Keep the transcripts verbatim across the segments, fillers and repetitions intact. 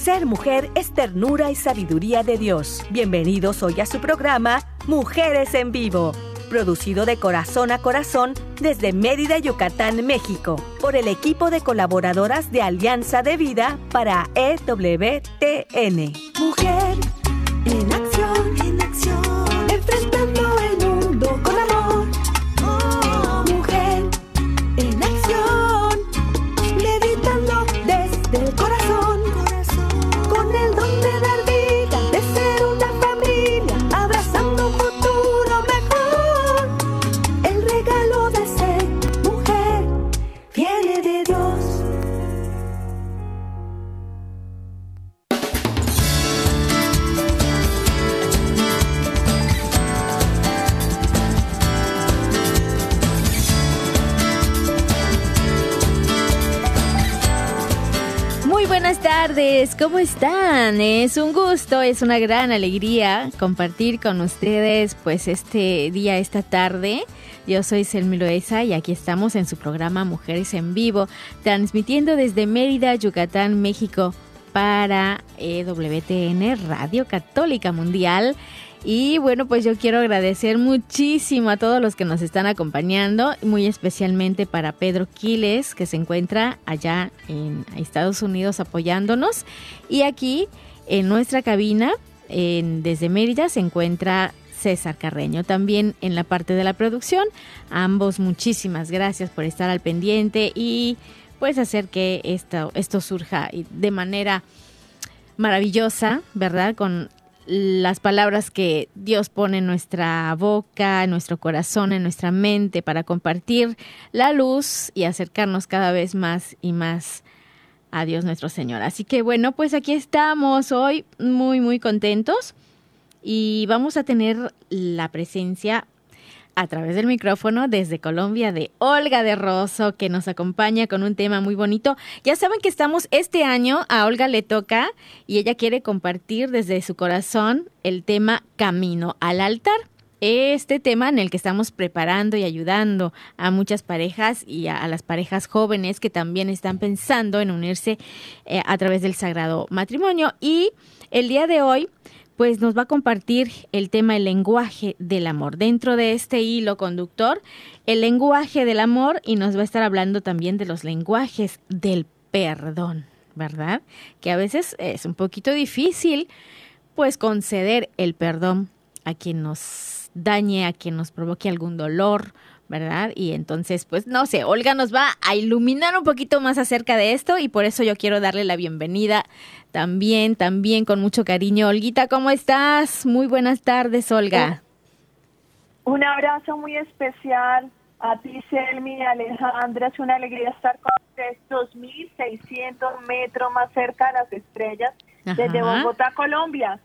Ser mujer es ternura y sabiduría de Dios. Bienvenidos hoy a su programa Mujeres en Vivo, producido de corazón a corazón desde Mérida, Yucatán, México, por el equipo de colaboradoras de Alianza de Vida para E W T N. Mujer en acción, en acción, enfrentando el mundo con amor. Oh, mujer en acción, meditando desde el corazón, corazón, con el don de dar vida, de ser una familia, abrazando un futuro mejor. El regalo de ser mujer viene de Dios. Muy buenas tardes, ¿cómo están? Es un gusto, es una gran alegría compartir con ustedes pues este día, esta tarde. Yo soy Selmi Loaiza y aquí estamos en su programa Mujeres en Vivo, transmitiendo desde Mérida, Yucatán, México para E W T N, Radio Católica Mundial. Y bueno, pues yo quiero agradecer muchísimo a todos los que nos están acompañando, muy especialmente para Pedro Quiles, que se encuentra allá en Estados Unidos apoyándonos. Y aquí en nuestra cabina, en, desde Mérida, se encuentra César Carreño, también en la parte de la producción. A ambos muchísimas gracias por estar al pendiente y pues hacer que esto, esto surja de manera maravillosa, ¿verdad? Con las palabras que Dios pone en nuestra boca, en nuestro corazón, en nuestra mente para compartir la luz y acercarnos cada vez más y más a Dios nuestro Señor. Así que bueno, pues aquí estamos hoy muy muy contentos y vamos a tener la presencia a través del micrófono desde Colombia de Olga de Rosso, que nos acompaña con un tema muy bonito. Ya saben que estamos este año, a Olga le toca y ella quiere compartir desde su corazón el tema Camino al Altar. Este tema en el que estamos preparando y ayudando a muchas parejas y a, a las parejas jóvenes que también están pensando en unirse eh, a través del sagrado matrimonio. Y el día de hoy pues nos va a compartir el tema el lenguaje del amor. Dentro de este hilo conductor, el lenguaje del amor, y nos va a estar hablando también de los lenguajes del perdón, ¿verdad? Que a veces es un poquito difícil, pues, conceder el perdón a quien nos dañe, a quien nos provoque algún dolor, ¿verdad? Y entonces, pues, no sé, Olga nos va a iluminar un poquito más acerca de esto y por eso yo quiero darle la bienvenida también, también con mucho cariño. Olguita, ¿cómo estás? Muy buenas tardes, Olga. Un abrazo muy especial a ti, Selmi, Alejandra. Es una alegría estar con ustedes, dos mil seiscientos metros más cerca de las estrellas, Ajá. desde Bogotá, Colombia.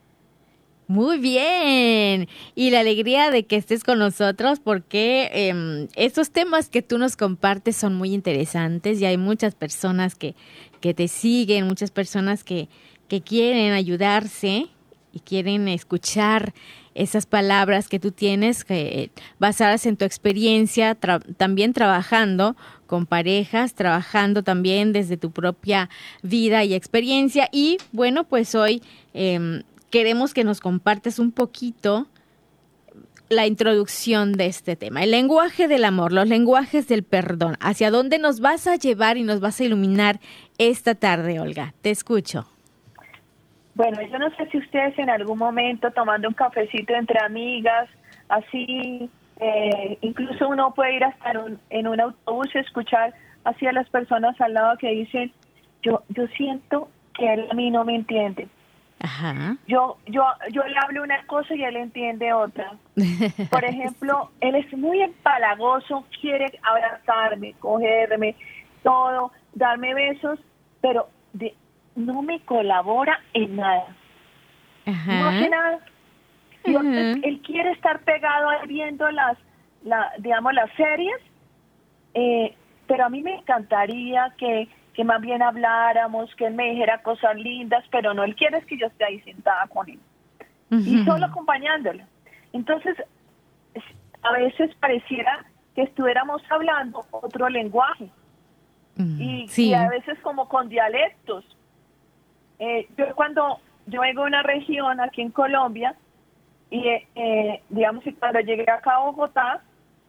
Muy bien, y la alegría de que estés con nosotros porque eh, estos temas que tú nos compartes son muy interesantes y hay muchas personas que, que te siguen, muchas personas que, que quieren ayudarse y quieren escuchar esas palabras que tú tienes que, basadas en tu experiencia, tra- también trabajando con parejas, trabajando también desde tu propia vida y experiencia. Y bueno, pues hoy Eh, queremos que nos compartas un poquito la introducción de este tema, el lenguaje del amor, los lenguajes del perdón. ¿Hacia dónde nos vas a llevar y nos vas a iluminar esta tarde, Olga? Te escucho. Bueno, yo no sé si ustedes en algún momento tomando un cafecito entre amigas, así, eh, incluso uno puede ir hasta en un, en un autobús y escuchar así a las personas al lado que dicen, yo, yo siento que él a mí no me entiende. Ajá. Yo, yo, yo le hablo una cosa y él entiende otra. Por ejemplo, él es muy empalagoso, quiere abrazarme, cogerme, todo, darme besos, pero de, no me colabora en nada. Ajá. No hace nada. Y Ajá. él, él quiere estar pegado ahí viendo las, la, digamos, las series, eh, pero a mí me encantaría que que más bien habláramos, que él me dijera cosas lindas, pero no, él quiere es que yo esté ahí sentada con él, uh-huh. y solo acompañándolo. Entonces, a veces pareciera que estuviéramos hablando otro lenguaje, uh-huh. y, sí. y a veces como con dialectos, eh, yo cuando yo vengo de una región aquí en Colombia, y eh, digamos que cuando llegué acá a Bogotá,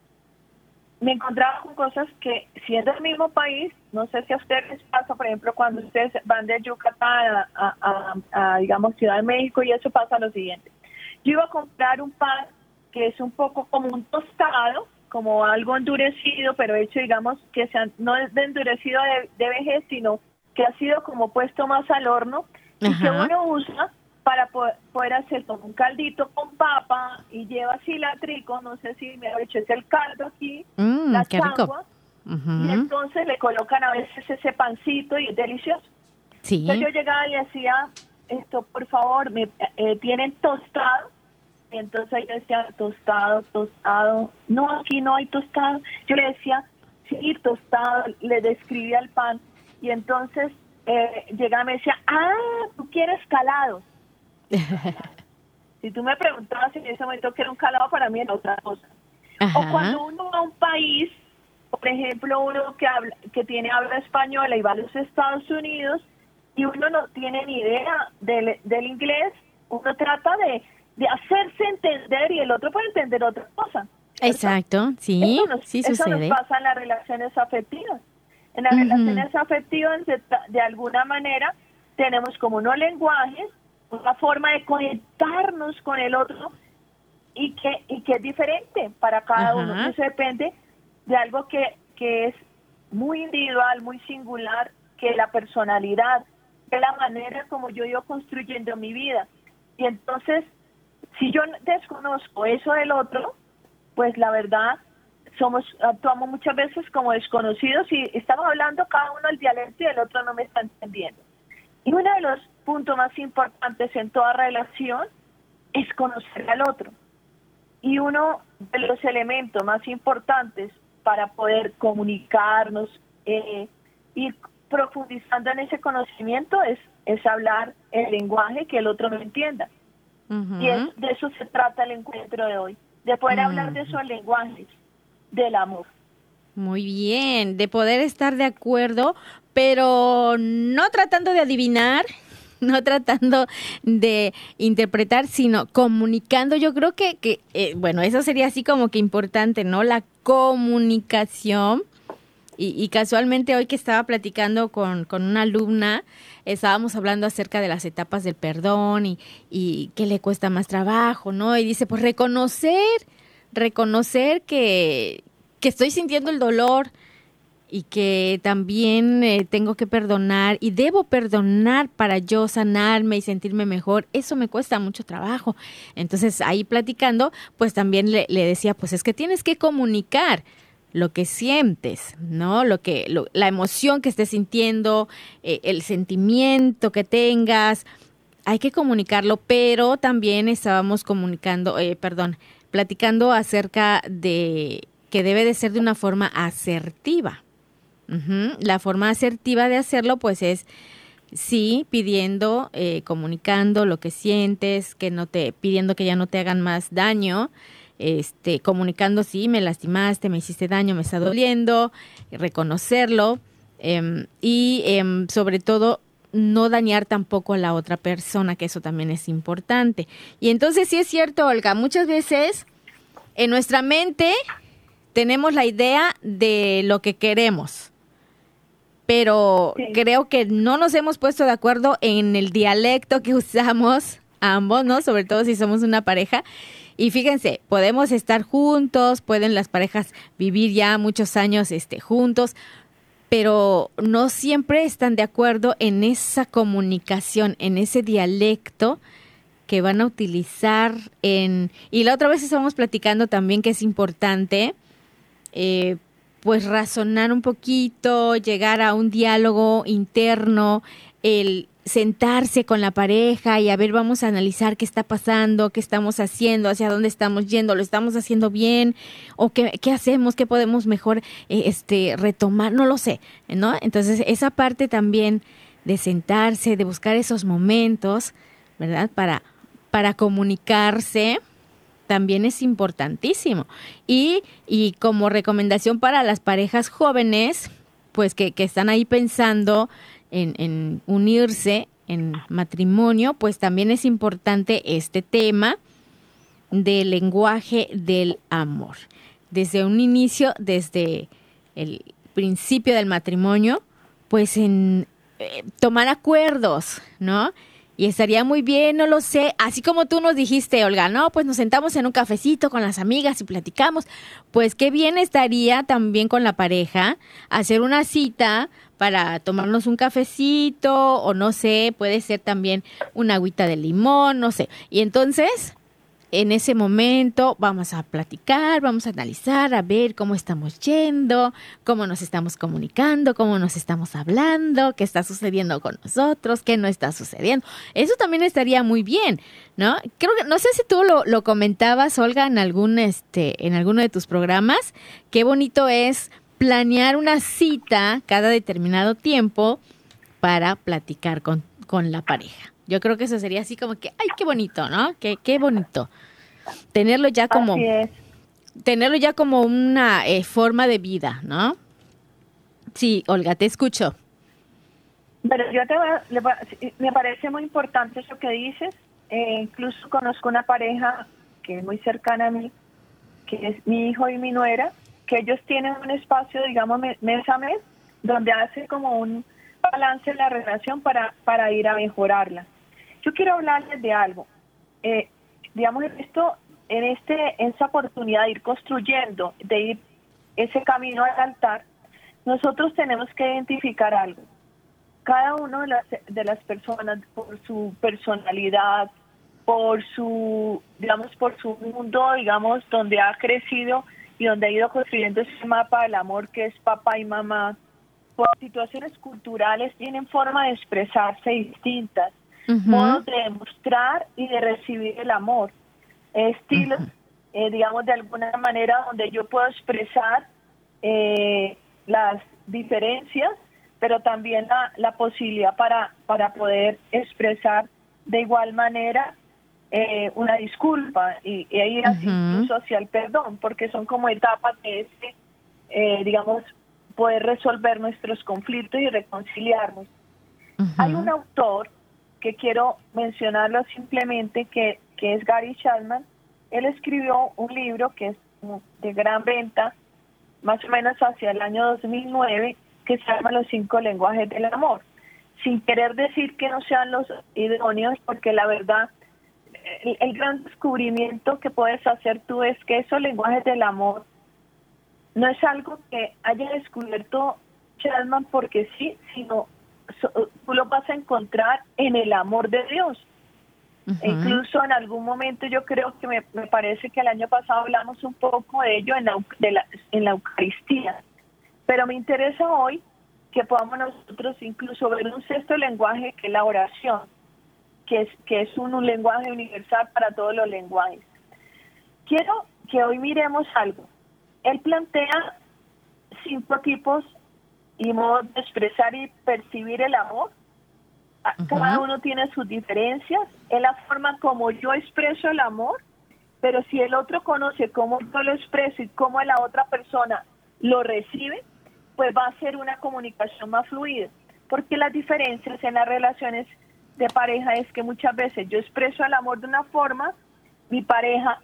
me encontraba con cosas que, siendo el mismo país, no sé si a ustedes les pasa, por ejemplo, cuando ustedes van de Yucatán a, a, a, a, digamos, Ciudad de México, y eso pasa lo siguiente. Yo iba a comprar un pan que es un poco como un tostado, como algo endurecido, pero hecho, digamos, que sea, no es de endurecido de, de vejez, sino que ha sido como puesto más al horno, y Ajá. que uno usa para poder, poder hacer como un caldito con papa, y lleva cilatrico, no sé si me ha hecho, es el caldo aquí, Mm, la qué rico. changua, Uh-huh. y entonces le colocan a veces ese pancito y es delicioso. Sí. Entonces yo llegaba y decía, esto por favor, me eh, tienen tostado, y entonces yo decía, tostado, tostado, no, aquí no hay tostado. Yo le decía, sí, tostado, le describía el pan, y entonces eh, llegaba y me decía, ah, tú quieres calado. Si tú me preguntabas en ese momento que era un calado, para mí era otra cosa. Ajá. O cuando uno va a un país, por ejemplo, uno que habla, que tiene habla española y va a los Estados Unidos, y uno no tiene ni idea del, del inglés, uno trata de, de hacerse entender, y el otro puede entender otra cosa. ¿Cierto? Exacto, sí, Eso nos, sí eso sucede. nos pasa en las relaciones afectivas. En las Ujú. relaciones afectivas, de, de alguna manera, tenemos como unos lenguajes, una forma de conectarnos con el otro, y que y que es diferente para cada Ajá. uno. Eso depende de algo que, que es muy individual, muy singular, que la personalidad, que la manera como yo he ido construyendo mi vida. Y entonces, si yo desconozco eso del otro, pues la verdad, somos actuamos muchas veces como desconocidos, y estamos hablando cada uno el dialecto y el otro no me está entendiendo. Y uno de los puntos más importantes en toda relación es conocer al otro. Y uno de los elementos más importantes para poder comunicarnos, eh, ir profundizando en ese conocimiento, es, es hablar el lenguaje que el otro no entienda. Uh-huh. Y es, de eso se trata el encuentro de hoy, de poder uh-huh. hablar de esos lenguajes del amor. Muy bien, de poder estar de acuerdo, pero no tratando de adivinar, no tratando de interpretar, sino comunicando. Yo creo que, que eh, bueno, eso sería así como que importante, ¿no? La comunicación. Y, y casualmente hoy que estaba platicando con, con una alumna, estábamos hablando acerca de las etapas del perdón y, y qué le cuesta más trabajo, ¿no? Y dice, pues reconocer, reconocer que, que estoy sintiendo el dolor, y que también eh, tengo que perdonar y debo perdonar para yo sanarme y sentirme mejor. Eso me cuesta mucho trabajo. Entonces, ahí platicando, pues también le, le decía, pues es que tienes que comunicar lo que sientes, ¿no? Lo que, lo, la emoción que estés sintiendo, eh, el sentimiento que tengas, hay que comunicarlo, pero también estábamos comunicando, eh, perdón, platicando acerca de que debe de ser de una forma asertiva. Uh-huh. La forma asertiva de hacerlo, pues es sí, pidiendo, eh, comunicando lo que sientes, que no te, pidiendo que ya no te hagan más daño, este, comunicando sí, me lastimaste, me hiciste daño, me está doliendo, reconocerlo, eh, y eh, sobre todo no dañar tampoco a la otra persona, que eso también es importante. Y entonces sí es cierto, Olga, muchas veces en nuestra mente tenemos la idea de lo que queremos, pero sí. creo que no nos hemos puesto de acuerdo en el dialecto que usamos ambos, ¿no? Sobre todo si somos una pareja. Y fíjense, podemos estar juntos, pueden las parejas vivir ya muchos años este, juntos, pero no siempre están de acuerdo en esa comunicación, en ese dialecto que van a utilizar en... Y la otra vez estábamos platicando también que es importante, eh, pues razonar un poquito, llegar a un diálogo interno, el sentarse con la pareja y a ver, vamos a analizar qué está pasando, qué estamos haciendo, hacia dónde estamos yendo, lo estamos haciendo bien, o qué, qué hacemos, qué podemos mejor eh, este retomar, no lo sé, ¿no? Entonces, esa parte también de sentarse, de buscar esos momentos, ¿verdad? Para, para comunicarse, también es importantísimo. Y, y como recomendación para las parejas jóvenes, pues que, que están ahí pensando en, en unirse, en matrimonio, pues también es importante este tema del lenguaje del amor. Desde un inicio, desde el principio del matrimonio, pues en eh, tomar acuerdos, ¿no? Y estaría muy bien, no lo sé, así como tú nos dijiste, Olga, no, pues nos sentamos en un cafecito con las amigas y platicamos, pues qué bien estaría también con la pareja hacer una cita para tomarnos un cafecito o no sé, puede ser también una agüita de limón, no sé. Y entonces, en ese momento vamos a platicar, vamos a analizar, a ver cómo estamos yendo, cómo nos estamos comunicando, cómo nos estamos hablando, qué está sucediendo con nosotros, qué no está sucediendo. Eso también estaría muy bien, ¿no? Creo que, no sé si tú lo, lo comentabas, Olga, en algún, este, en alguno de tus programas, qué bonito es planear una cita cada determinado tiempo para platicar con, con la pareja. Yo creo que eso sería así como que, ay, qué bonito, ¿no? Qué, qué bonito. Tenerlo ya como, Así es. tenerlo ya como una eh, forma de vida, ¿no? Sí, Olga, te escucho. Pero yo te voy a- le voy a- me parece muy importante eso que dices. Eh, incluso conozco una pareja que es muy cercana a mí, que es mi hijo y mi nuera, que ellos tienen un espacio, digamos, me- mes a mes, donde hace como un balance en la relación para, para ir a mejorarla. Yo quiero hablarles de algo. Eh, digamos, esto, en este, en esa oportunidad de ir construyendo, de ir ese camino al altar, nosotros tenemos que identificar algo. Cada uno de las, de las personas, por su personalidad, por su, digamos, por su mundo, digamos, donde ha crecido y donde ha ido construyendo ese mapa del amor que es papá y mamá, por situaciones culturales, tienen forma de expresarse distintas, Uh-huh. modos de demostrar y de recibir el amor, estilos, uh-huh. eh, digamos, de alguna manera donde yo puedo expresar eh, las diferencias, pero también la, la posibilidad para, para poder expresar de igual manera eh, una disculpa y, y ir así uh-huh. incluso hacia el perdón, porque son como etapas de este, eh, digamos, poder resolver nuestros conflictos y reconciliarnos. Uh-huh. Hay un autor que quiero mencionarlo simplemente, que, que es Gary Chapman. Él escribió un libro que es de gran venta, más o menos hacia el año dos mil nueve, que se llama Los cinco lenguajes del amor. Sin querer decir que no sean los idóneos, porque la verdad, el, el gran descubrimiento que puedes hacer tú es que esos lenguajes del amor no es algo que haya descubierto Chapman porque sí, sino so, tú lo vas a encontrar en el amor de Dios. Uh-huh. E incluso en algún momento yo creo que me, me parece que el año pasado hablamos un poco de ello en la, de la, en la Eucaristía. Pero me interesa hoy que podamos nosotros incluso ver un sexto lenguaje, que es la oración, que es, que es un, un lenguaje universal para todos los lenguajes. Quiero que hoy miremos algo. Él plantea cinco tipos y modos de expresar y percibir el amor. Uh-huh. Cada uno tiene sus diferencias. Es la forma como yo expreso el amor, pero si el otro conoce cómo yo lo expreso y cómo la otra persona lo recibe, pues va a ser una comunicación más fluida. Porque las diferencias en las relaciones de pareja es que muchas veces yo expreso el amor de una forma, mi pareja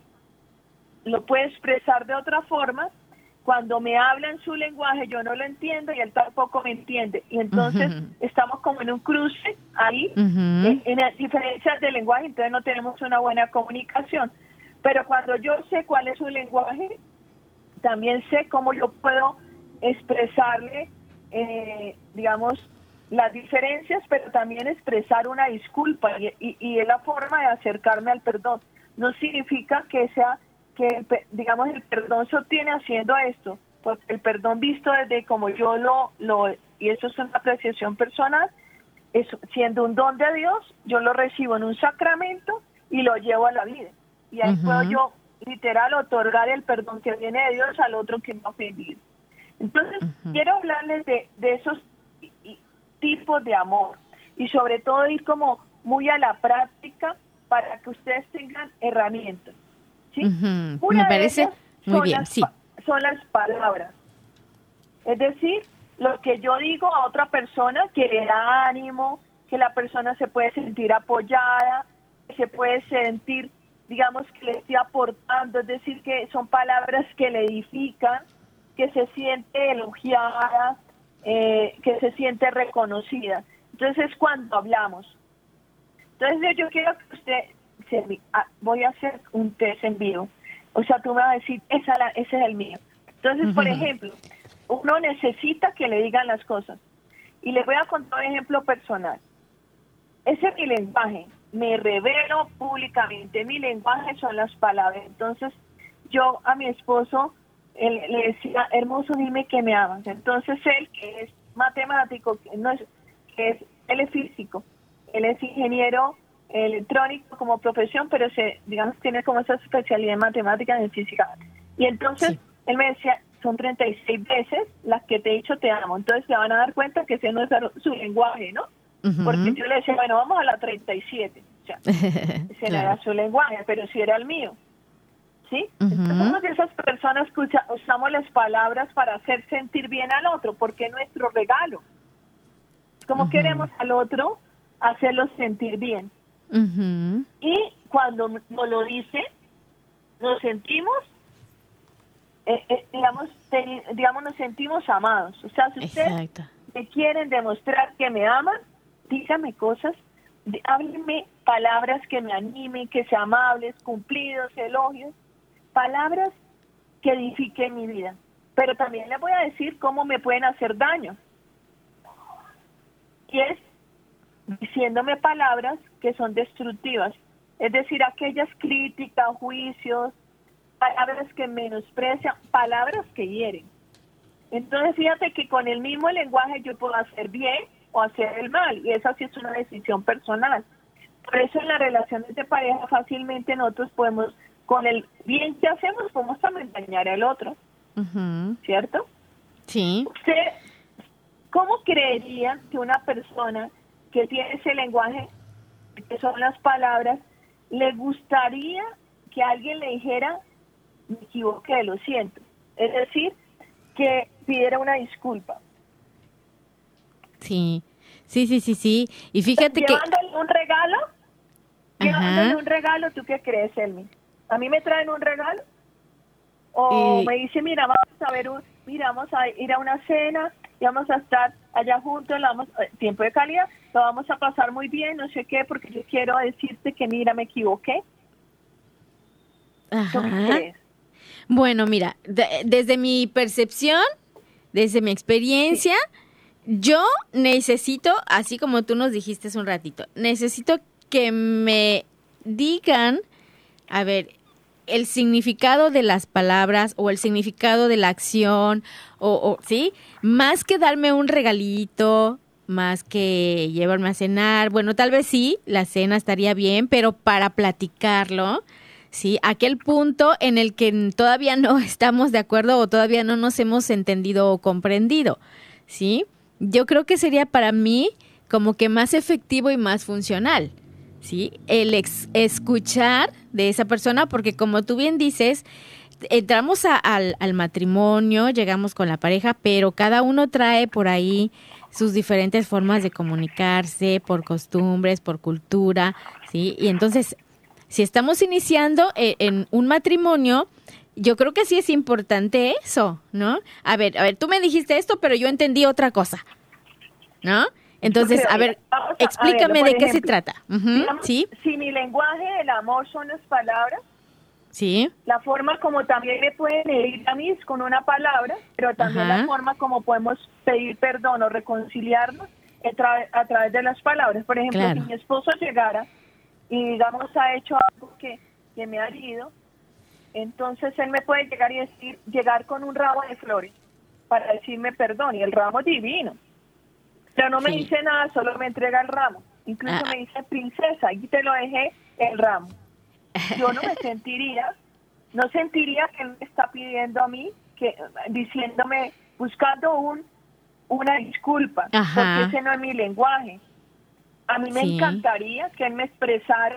lo puede expresar de otra forma. Cuando me habla en su lenguaje yo no lo entiendo y él tampoco me entiende, y entonces uh-huh. estamos como en un cruce ahí, uh-huh. en, en las diferencias de lenguaje, entonces no tenemos una buena comunicación. Pero cuando yo sé cuál es su lenguaje, también sé cómo yo puedo expresarle, eh, digamos, las diferencias, pero también expresar una disculpa, y, y, y es la forma de acercarme al perdón. No significa que sea que, el, digamos, el perdón se obtiene haciendo esto, porque el perdón visto desde como yo lo, lo y eso es una apreciación personal, es, siendo un don de Dios, yo lo recibo en un sacramento y lo llevo a la vida. Y ahí uh-huh. puedo yo, literal, otorgar el perdón que viene de Dios al otro que me ha ofendido. Entonces, uh-huh. quiero hablarles de, de esos tipos de amor y sobre todo ir como muy a la práctica para que ustedes tengan herramientas. ¿Sí? Uh-huh. Me parece muy bien, las, sí. Son las palabras. Es decir, lo que yo digo a otra persona que le da ánimo, que la persona se puede sentir apoyada, que se puede sentir, digamos, que le estoy aportando, es decir, que son palabras que le edifican, que se siente elogiada, eh, que se siente reconocida. Entonces es cuando hablamos. Entonces yo quiero que usted, se, ah, voy a hacer un test en vivo, o sea, tú me vas a decir, esa la, ese es el mío. Entonces, uh-huh. por ejemplo, uno necesita que le digan las cosas. Y les voy a contar un ejemplo personal. Ese es mi lenguaje. Me revelo públicamente. Mi lenguaje son las palabras. Entonces, yo a mi esposo él, le decía, hermoso, dime que me amas. Entonces, él, que es matemático, que no es, que es, él es físico, él es ingeniero electrónico como profesión, pero se, digamos, tiene como esa especialidad en matemáticas y en física. Y entonces, sí. él me decía, son treinta y seis veces las que te he dicho te amo. Entonces se van a dar cuenta que ese no es su lenguaje, ¿no? Uh-huh. Porque yo le decía, bueno, vamos a la treinta y siete. O sea, ese claro. no era su lenguaje, pero sí era el mío. ¿Sí? Uh-huh. Entonces somos de esas personas que usa, usamos las palabras para hacer sentir bien al otro, porque es nuestro regalo. Como uh-huh. queremos al otro hacerlo sentir bien. Uh-huh. Y cuando nos lo dice, nos sentimos Eh, eh, digamos, te, digamos, nos sentimos amados. O sea, si ustedes me quieren demostrar que me aman, díganme cosas, de, háblenme palabras que me animen, que sean amables, cumplidos, elogios, palabras que edifiquen mi vida. Pero también les voy a decir cómo me pueden hacer daño. Y es diciéndome palabras que son destructivas. Es decir, aquellas críticas, juicios, palabras que menosprecian, palabras que hieren. Entonces fíjate que con el mismo lenguaje yo puedo hacer bien o hacer el mal, y esa sí es una decisión personal. Por eso en las relaciones de pareja fácilmente nosotros podemos, con el bien que hacemos, podemos también dañar al otro. Uh-huh. ¿Cierto? Sí. ¿Usted cómo creería que una persona que tiene ese lenguaje, que son las palabras, le gustaría que alguien le dijera, me equivoqué, lo siento? Es decir, que pidiera una disculpa. Sí, sí, sí, sí, sí. Y fíjate que... Llevándole un regalo, Ajá. llevándole un regalo, ¿tú qué crees, Elmi? ¿A mí me traen un regalo? O y... me dice, mira, vamos a ver, un, mira, vamos a ir a una cena, y vamos a estar allá juntos, vamos, tiempo de calidad, lo vamos a pasar muy bien, no sé qué, porque yo quiero decirte que, mira, me equivoqué. Ajá. ¿Tú qué crees? Bueno, mira, de, desde mi percepción, desde mi experiencia, sí. yo necesito, así como tú nos dijiste hace un ratito, necesito que me digan, a ver, el significado de las palabras o el significado de la acción, o, o ¿sí? Más que darme un regalito, más que llevarme a cenar, bueno, tal vez sí, la cena estaría bien, pero para platicarlo, sí, aquel punto en el que todavía no estamos de acuerdo o todavía no nos hemos entendido o comprendido, ¿sí? Yo creo que sería para mí como que más efectivo y más funcional, ¿sí? El ex- escuchar de esa persona, porque como tú bien dices, entramos a, al, al matrimonio, llegamos con la pareja, pero cada uno trae por ahí sus diferentes formas de comunicarse, por costumbres, por cultura, ¿sí? Y entonces... si estamos iniciando en un matrimonio, yo creo que sí es importante eso, ¿no? A ver, a ver, tú me dijiste esto, pero yo entendí otra cosa, ¿no? Entonces, creo, a ver, a, explícame a ver, de qué ejemplo, se trata. Uh-huh, digamos, ¿sí? Si mi lenguaje del amor son las palabras, sí. La forma como también me pueden herir a mí con una palabra, pero también Ajá. la forma como podemos pedir perdón o reconciliarnos a, tra- a través de las palabras. Por ejemplo, claro. si mi esposo llegara y digamos ha hecho algo que, que me ha herido, entonces él me puede llegar y decir, llegar con un ramo de flores para decirme perdón, y el ramo es divino, pero no me sí. dice nada, solo me entrega el ramo, incluso ah. me dice, princesa, aquí te lo dejé el ramo. Yo no me sentiría, no sentiría que él me está pidiendo a mí, que diciéndome, buscando un una disculpa, Ajá. porque ese no es mi lenguaje. A mí me sí. encantaría que él me expresara,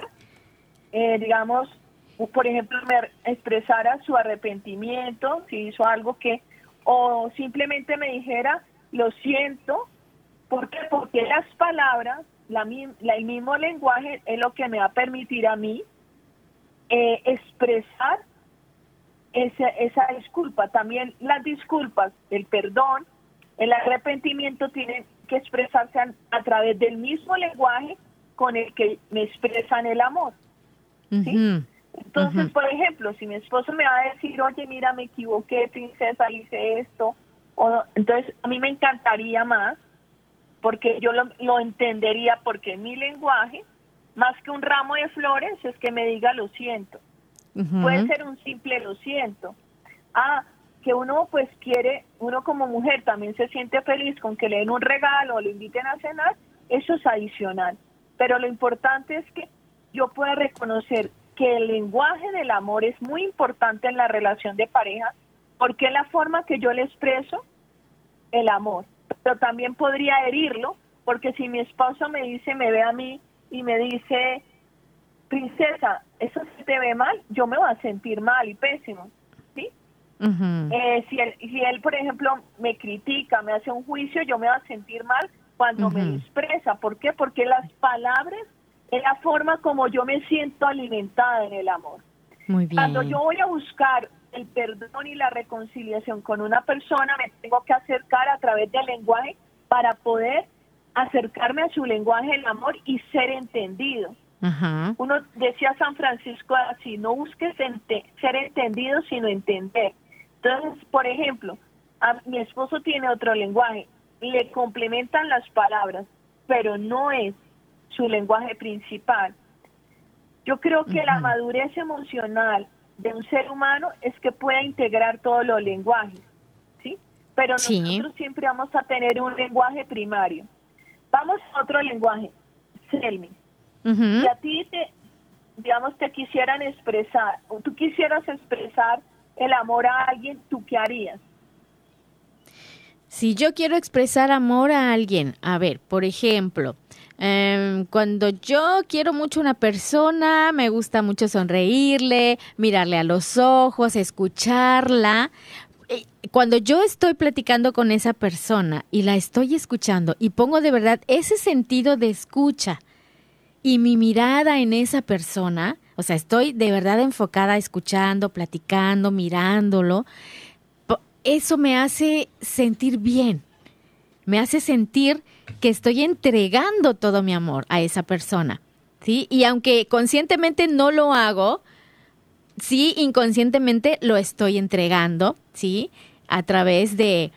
eh, digamos, por ejemplo, me expresara su arrepentimiento, si hizo algo que, o simplemente me dijera, lo siento. ¿Por qué? Porque las palabras la, la, el mismo lenguaje es lo que me va a permitir a mí eh, expresar esa, esa disculpa. También las disculpas, el perdón, el arrepentimiento tienen que expresarse a, a través del mismo lenguaje con el que me expresan el amor. ¿Sí? Uh-huh. Entonces, uh-huh. por ejemplo, si mi esposo me va a decir, oye, mira, me equivoqué, princesa, hice esto, o, entonces a mí me encantaría más, porque yo lo, lo entendería, porque mi lenguaje, más que un ramo de flores, es que me diga lo siento. Uh-huh. Puede ser un simple lo siento. Ah, que uno pues quiere, uno como mujer también se siente feliz con que le den un regalo o le inviten a cenar, eso es adicional. Pero lo importante es que yo pueda reconocer que el lenguaje del amor es muy importante en la relación de pareja, porque es la forma que yo le expreso el amor. Pero también podría herirlo, porque si mi esposo me dice, me ve a mí y me dice, princesa, eso se te ve mal, yo me voy a sentir mal y pésimo, ¿sí? Uh-huh. Eh, si él, si él, por ejemplo, me critica, me hace un juicio, yo me voy a sentir mal cuando uh-huh. me expresa. ¿Por qué? Porque las palabras es la forma como yo me siento alimentada en el amor. Muy bien. Cuando yo voy a buscar el perdón y la reconciliación con una persona, me tengo que acercar a través del lenguaje para poder acercarme a su lenguaje del amor y ser entendido. Uh-huh. Uno decía San Francisco así, no busques ente- ser entendido, sino entender. Entonces, por ejemplo, a, mi esposo tiene otro lenguaje, le complementan las palabras, pero no es su lenguaje principal. Yo creo que uh-huh. la madurez emocional de un ser humano es que pueda integrar todos los lenguajes, ¿sí? Pero sí. nosotros siempre vamos a tener un lenguaje primario. Vamos a otro lenguaje, Selmi. Uh-huh. Si a ti, te, digamos, te quisieran expresar, o tú quisieras expresar el amor a alguien, ¿tú qué harías? Si yo quiero expresar amor a alguien, a ver, por ejemplo, eh, cuando yo quiero mucho a una persona, me gusta mucho sonreírle, mirarle a los ojos, escucharla. Cuando yo estoy platicando con esa persona y la estoy escuchando y pongo de verdad ese sentido de escucha y mi mirada en esa persona, o sea, estoy de verdad enfocada escuchando, platicando, mirándolo, eso me hace sentir bien, me hace sentir que estoy entregando todo mi amor a esa persona, ¿sí? Y aunque conscientemente no lo hago, sí, inconscientemente lo estoy entregando, ¿sí? A través de,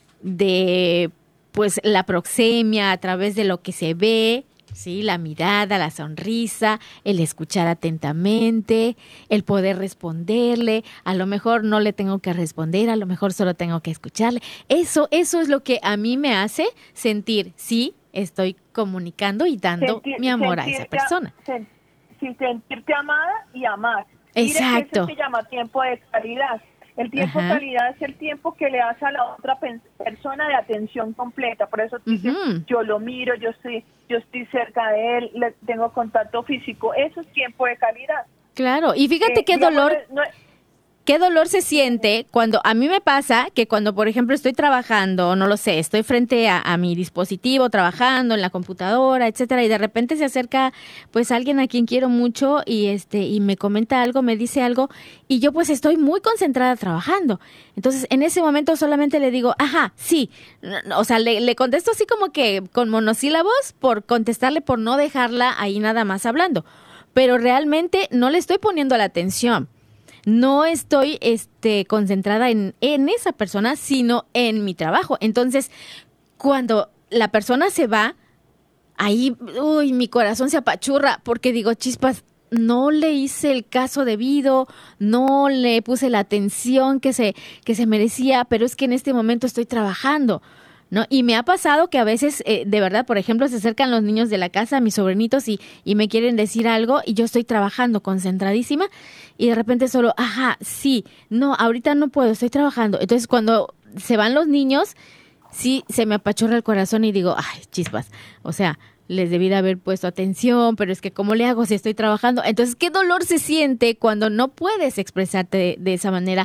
de, pues, la proxemia, a través de lo que se ve, ¿sí? La mirada, la sonrisa, el escuchar atentamente, el poder responderle. A lo mejor no le tengo que responder, a lo mejor solo tengo que escucharle. Eso, eso es lo que a mí me hace sentir, sí, estoy comunicando y dando sentir, mi amor a esa persona. Sen, sentirte amada y amar. Exacto. Mira que eso se llama tiempo de calidad. El tiempo Ajá. de calidad es el tiempo que le das a la otra pe- persona de atención completa. Por eso uh-huh. dices, yo lo miro, yo estoy, yo estoy cerca de él, le tengo contacto físico. Eso es tiempo de calidad. Claro, y fíjate eh, qué digamos, dolor... No, ¿Qué dolor se siente cuando a mí me pasa que cuando, por ejemplo, estoy trabajando, no lo sé, estoy frente a, a mi dispositivo, trabajando en la computadora, etcétera, y de repente se acerca pues alguien a quien quiero mucho y este y me comenta algo, me dice algo, y yo pues estoy muy concentrada trabajando. Entonces, en ese momento solamente le digo, ajá, sí, o sea, le, le contesto así como que con monosílabos por contestarle, por no dejarla ahí nada más hablando, pero realmente no le estoy poniendo la atención. No estoy este, concentrada en, en esa persona, sino en mi trabajo. Entonces, cuando la persona se va, ahí, uy, mi corazón se apachurra porque digo, chispas, no le hice el caso debido, no le puse la atención que se, que se merecía, pero es que en este momento estoy trabajando, ¿no? Y me ha pasado que a veces, eh, de verdad, por ejemplo, se acercan los niños de la casa, mis sobrinitos, y, y me quieren decir algo, y yo estoy trabajando concentradísima, y de repente solo, ajá, sí, no, ahorita no puedo, estoy trabajando. Entonces, cuando se van los niños, sí, se me apachurra el corazón y digo, ay, chispas, o sea, les debí de haber puesto atención, pero es que ¿cómo le hago si estoy trabajando? Entonces, ¿qué dolor se siente cuando no puedes expresarte de, de esa manera?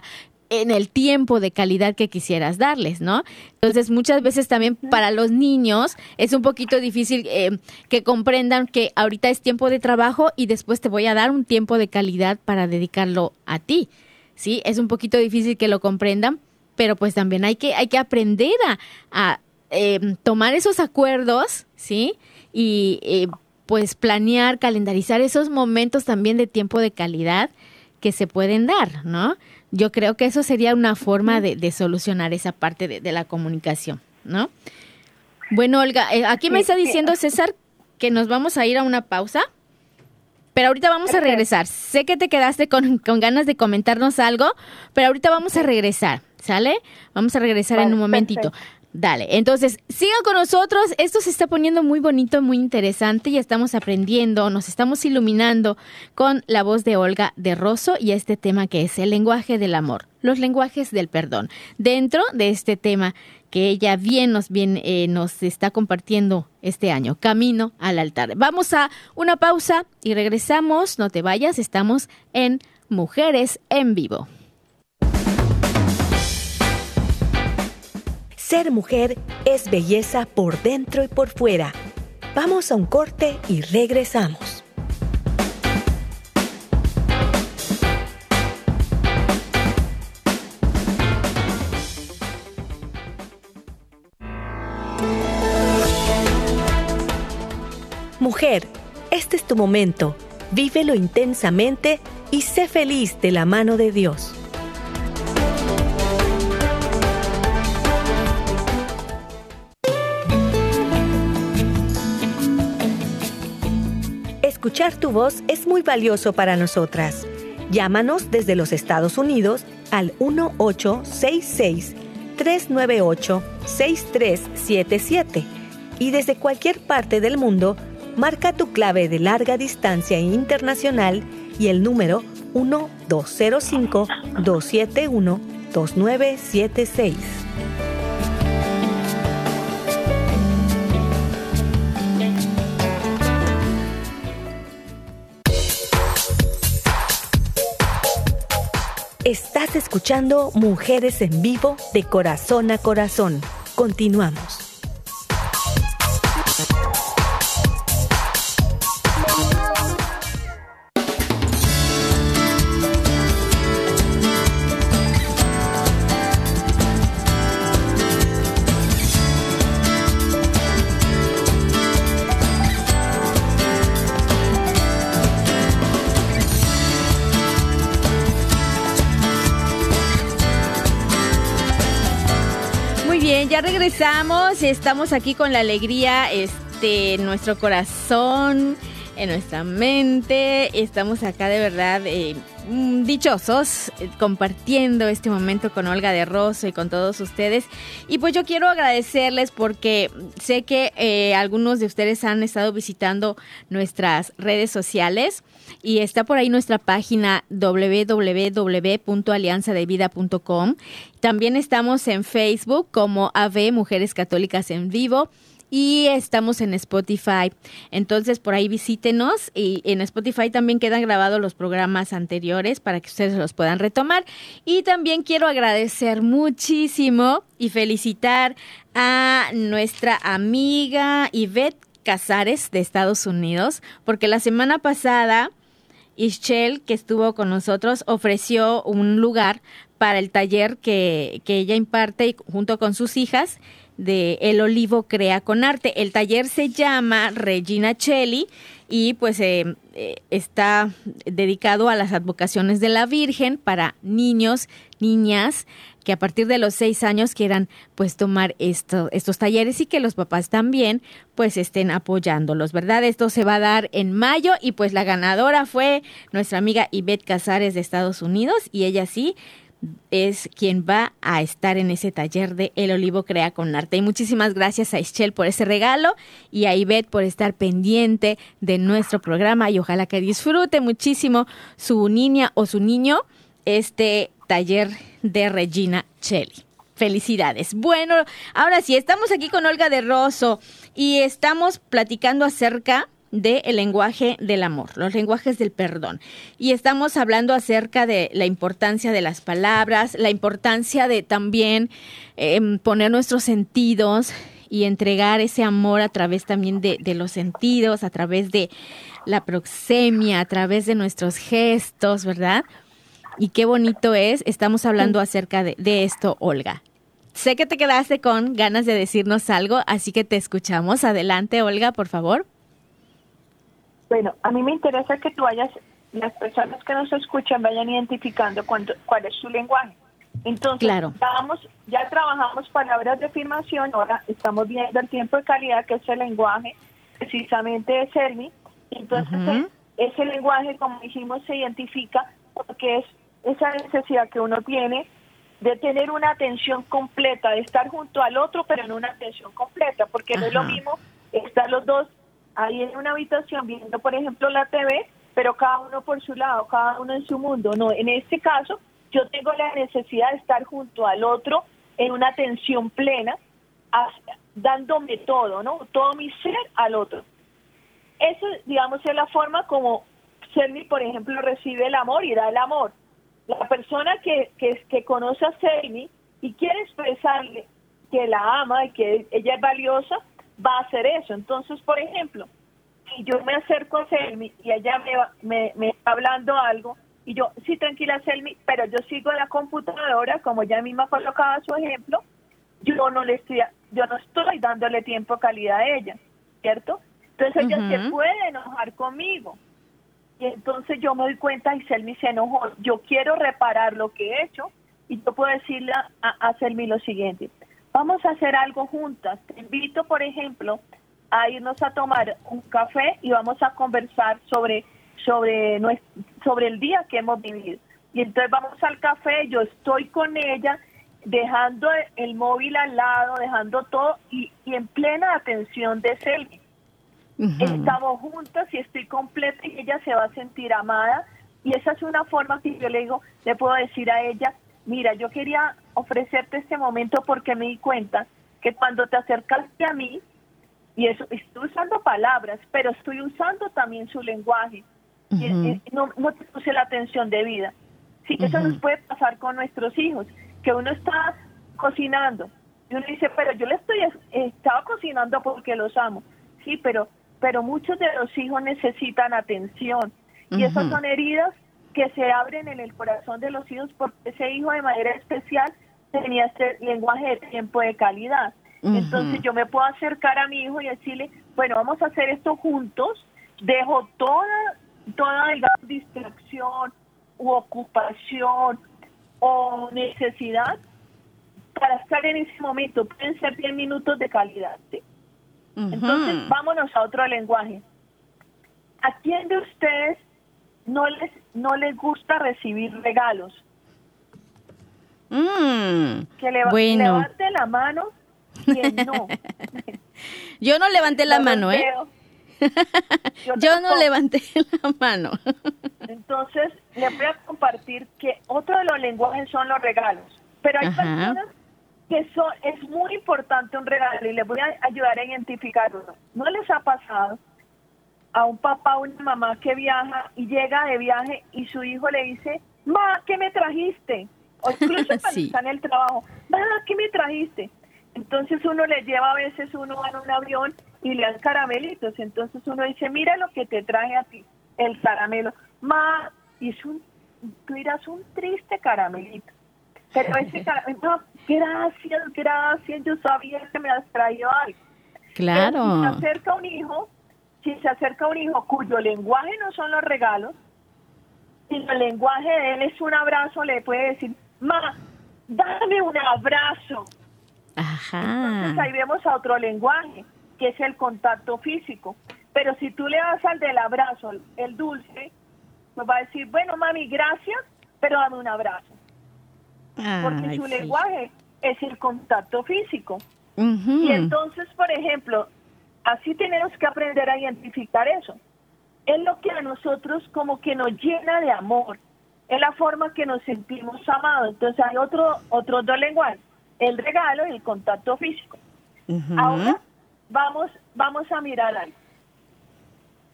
en el tiempo de calidad que quisieras darles, ¿no? Entonces, muchas veces también para los niños es un poquito difícil eh, que comprendan que ahorita es tiempo de trabajo y después te voy a dar un tiempo de calidad para dedicarlo a ti, ¿sí? Es un poquito difícil que lo comprendan, pero pues también hay que, hay que aprender a, a eh, tomar esos acuerdos, ¿sí? Y eh, pues planear, calendarizar esos momentos también de tiempo de calidad que se pueden dar, ¿no? Yo creo que eso sería una forma de, de solucionar esa parte de, de la comunicación, ¿no? Bueno, Olga, eh, aquí me está diciendo César que nos vamos a ir a una pausa, pero ahorita vamos a regresar. Sé que te quedaste con, con ganas de comentarnos algo, pero ahorita vamos a regresar, ¿sale? Vamos a regresar vale, en un momentito. Perfecto. Dale, entonces sigan con nosotros, esto se está poniendo muy bonito, muy interesante y estamos aprendiendo, nos estamos iluminando con la voz de Olga de Rosso y este tema que es el lenguaje del amor, los lenguajes del perdón. Dentro de este tema que ella bien nos, bien, eh, nos está compartiendo este año, Camino al Altar. Vamos a una pausa y regresamos, no te vayas, estamos en Mujeres en Vivo. Ser mujer es belleza por dentro y por fuera. Vamos a un corte y regresamos. Mujer, este es tu momento. Vívelo intensamente y sé feliz de la mano de Dios. Escuchar tu voz es muy valioso para nosotras. Llámanos desde los Estados Unidos al uno ocho seis seis, tres nueve ocho, seis tres siete siete y desde cualquier parte del mundo, marca tu clave de larga distancia internacional y el número uno dos cero cinco, dos siete uno, dos nueve siete seis. Estás escuchando Mujeres en Vivo de Corazón a Corazón. Continuamos. Ya regresamos, estamos aquí con la alegría este, en nuestro corazón, en nuestra mente. Estamos acá de verdad eh, dichosos eh, compartiendo este momento con Olga de Rosso y con todos ustedes. Y pues yo quiero agradecerles porque sé que eh, algunos de ustedes han estado visitando nuestras redes sociales. Y está por ahí nuestra página doble u doble u doble u punto alianza de vida punto com. También estamos en Facebook como A V Mujeres Católicas en Vivo y estamos en Spotify. Entonces por ahí visítenos y en Spotify también quedan grabados los programas anteriores para que ustedes los puedan retomar. Y también quiero agradecer muchísimo y felicitar a nuestra amiga Ivette Casares de Estados Unidos porque la semana pasada Ischel, que estuvo con nosotros, ofreció un lugar para el taller que, que ella imparte junto con sus hijas de El Olivo Crea con Arte. El taller se llama Regina Celli y pues eh, eh, está dedicado a las advocaciones de la Virgen para niños, niñas, que a partir de los seis años quieran pues tomar esto, estos talleres y que los papás también pues estén apoyándolos, ¿verdad? Esto se va a dar en mayo y pues la ganadora fue nuestra amiga Ivette Casares de Estados Unidos y ella sí es quien va a estar en ese taller de El Olivo Crea con Arte. Y muchísimas gracias a Ischel por ese regalo y a Ivette por estar pendiente de nuestro programa y ojalá que disfrute muchísimo su niña o su niño este taller de Regina Celli. Felicidades. Bueno, ahora sí, estamos aquí con Olga de Rosso y estamos platicando acerca del lenguaje del amor, los lenguajes del perdón. Y estamos hablando acerca de la importancia de las palabras, la importancia de también eh, poner nuestros sentidos y entregar ese amor a través también de, de los sentidos, a través de la proxemia, a través de nuestros gestos, ¿verdad? Y qué bonito es, estamos hablando acerca de, de esto, Olga. Sé que te quedaste con ganas de decirnos algo, así que te escuchamos. Adelante, Olga, por favor. Bueno, a mí me interesa que tú vayas, las personas que nos escuchan vayan identificando cuánto, cuál es su lenguaje. Entonces, claro. ya, vamos, ya trabajamos palabras de afirmación, ahora estamos viendo el tiempo de calidad, que es el lenguaje precisamente de Selmi. Entonces, uh-huh. ese lenguaje, como dijimos, se identifica porque es esa necesidad que uno tiene de tener una atención completa, de estar junto al otro, pero en una atención completa, porque uh-huh. no es lo mismo estar los dos ahí en una habitación viendo, por ejemplo, la T V, pero cada uno por su lado, cada uno en su mundo. No, en este caso, yo tengo la necesidad de estar junto al otro en una atención plena, dándome todo, ¿no? Todo mi ser al otro. Eso, digamos, es la forma como Selmi, por ejemplo, recibe el amor y da el amor. La persona que, que, que conoce a Selmi y quiere expresarle que la ama y que ella es valiosa, va a hacer eso. Entonces, por ejemplo, si yo me acerco a Selmi y ella me, me, me está hablando algo, y yo, sí, tranquila, Selmi, pero yo sigo en la computadora, como ella misma colocaba su ejemplo, yo no le estoy, yo no estoy dándole tiempo de calidad a ella, ¿cierto? Entonces ella uh-huh. se puede enojar conmigo. Y entonces yo me doy cuenta y Selmi se enojó. Yo quiero reparar lo que he hecho y yo puedo decirle a, a Selmi lo siguiente. Vamos a hacer algo juntas. Te invito, por ejemplo, a irnos a tomar un café y vamos a conversar sobre, sobre, nuestro, sobre el día que hemos vivido. Y entonces vamos al café, yo estoy con ella, dejando el móvil al lado, dejando todo y, y en plena atención de Selmi. Uh-huh. Estamos juntas y estoy completa y ella se va a sentir amada. Y esa es una forma que yo le digo, le puedo decir a ella, mira, yo quería ofrecerte este momento porque me di cuenta que cuando te acercaste a mí, y eso estoy usando palabras, pero estoy usando también su lenguaje, uh-huh. y, y no, no te puse la atención debida. Sí, uh-huh. eso nos puede pasar con nuestros hijos, que uno está cocinando, y uno dice, pero yo le estoy, estaba cocinando porque los amo. Sí, pero, pero muchos de los hijos necesitan atención, y uh-huh. esas son heridas que se abren en el corazón de los hijos porque ese hijo de manera especial tenía este lenguaje de tiempo de calidad. Uh-huh. Entonces yo me puedo acercar a mi hijo y decirle, bueno, vamos a hacer esto juntos, dejo toda, toda digamos, distracción u ocupación o necesidad para estar en ese momento. Pueden ser diez minutos de calidad, ¿sí? Uh-huh. Entonces vámonos a otro lenguaje. ¿A quién de ustedes no les no les gusta recibir regalos? Mm, que le, bueno. levante la mano quien no. Yo no levanté la mano, ¿eh? Yo, Yo no levanté la mano. Entonces, les voy a compartir que otro de los lenguajes son los regalos. Pero hay Ajá. personas que son, es muy importante un regalo y les voy a ayudar a identificarlo. ¿No les ha pasado a un papá o una mamá que viaja y llega de viaje y su hijo le dice, ma, ¿qué me trajiste? O incluso cuando sí. está en el trabajo, ma, ¿qué me trajiste? Entonces uno le lleva, a veces uno va en un avión y le dan caramelitos, entonces uno dice, mira lo que te traje a ti, el caramelo. Ma, es un, tú dirás un triste caramelito, pero ese caramelo, no, gracias, gracias, yo sabía que me has traído algo. Claro. Pero si se acerca un hijo, si se acerca un hijo cuyo lenguaje no son los regalos, sino el lenguaje de él es un abrazo, le puede decir, ma, dame un abrazo. Ajá. Entonces ahí vemos a otro lenguaje, que es el contacto físico. Pero si tú le das al del abrazo, el dulce, pues va a decir, bueno, mami, gracias, pero dame un abrazo. Ay, porque su sí. lenguaje es el contacto físico. Uh-huh. Y entonces, por ejemplo, así tenemos que aprender a identificar eso. Es lo que a nosotros como que nos llena de amor. Es la forma que nos sentimos amados. Entonces hay otro, otros dos lenguajes, el regalo y el contacto físico. Uh-huh. Ahora vamos, vamos a mirar algo.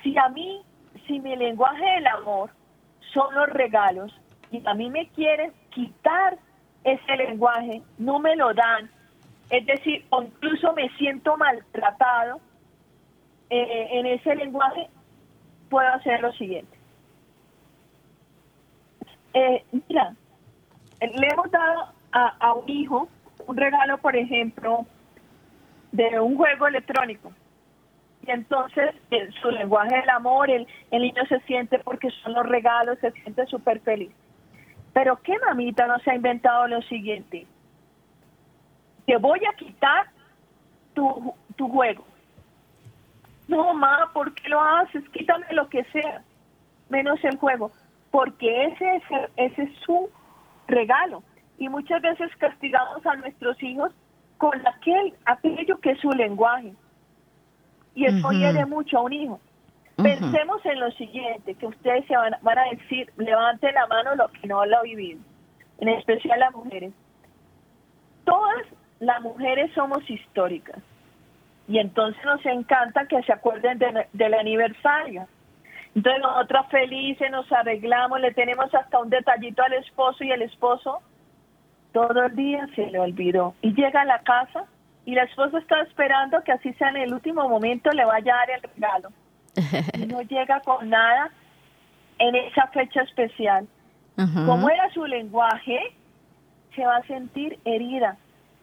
si a mí, si mi lenguaje del amor son los regalos y a mí me quieren quitar ese lenguaje, no me lo dan, es decir, o incluso me siento maltratado eh, en ese lenguaje, puedo hacer lo siguiente. Eh, mira, le hemos dado a, a un hijo un regalo, por ejemplo, de un juego electrónico. Y entonces, en su lenguaje del amor, el, el niño se siente, porque son los regalos, se siente súper feliz. Pero ¿qué mamita no se ha inventado lo siguiente? Te voy a quitar tu, tu juego. No, mamá, ¿por qué lo haces? Quítame lo que sea, menos el juego. Porque ese es, el, ese es su regalo. Y muchas veces castigamos a nuestros hijos con aquel, aquello que es su lenguaje. Y eso uh-huh. hiere mucho a un hijo. Uh-huh. Pensemos en lo siguiente, que ustedes se van, van a decir, levante la mano lo que no lo ha vivido, en especial las mujeres. Todas las mujeres somos históricas. Y entonces nos encanta que se acuerden de, del aniversario. Entonces nosotras felices nos arreglamos, le tenemos hasta un detallito al esposo, y el esposo todo el día se le olvidó. Y llega a la casa y la esposa está esperando que así sea en el último momento le vaya a dar el regalo. Y no llega con nada en esa fecha especial. Uh-huh. Como era su lenguaje, se va a sentir herida.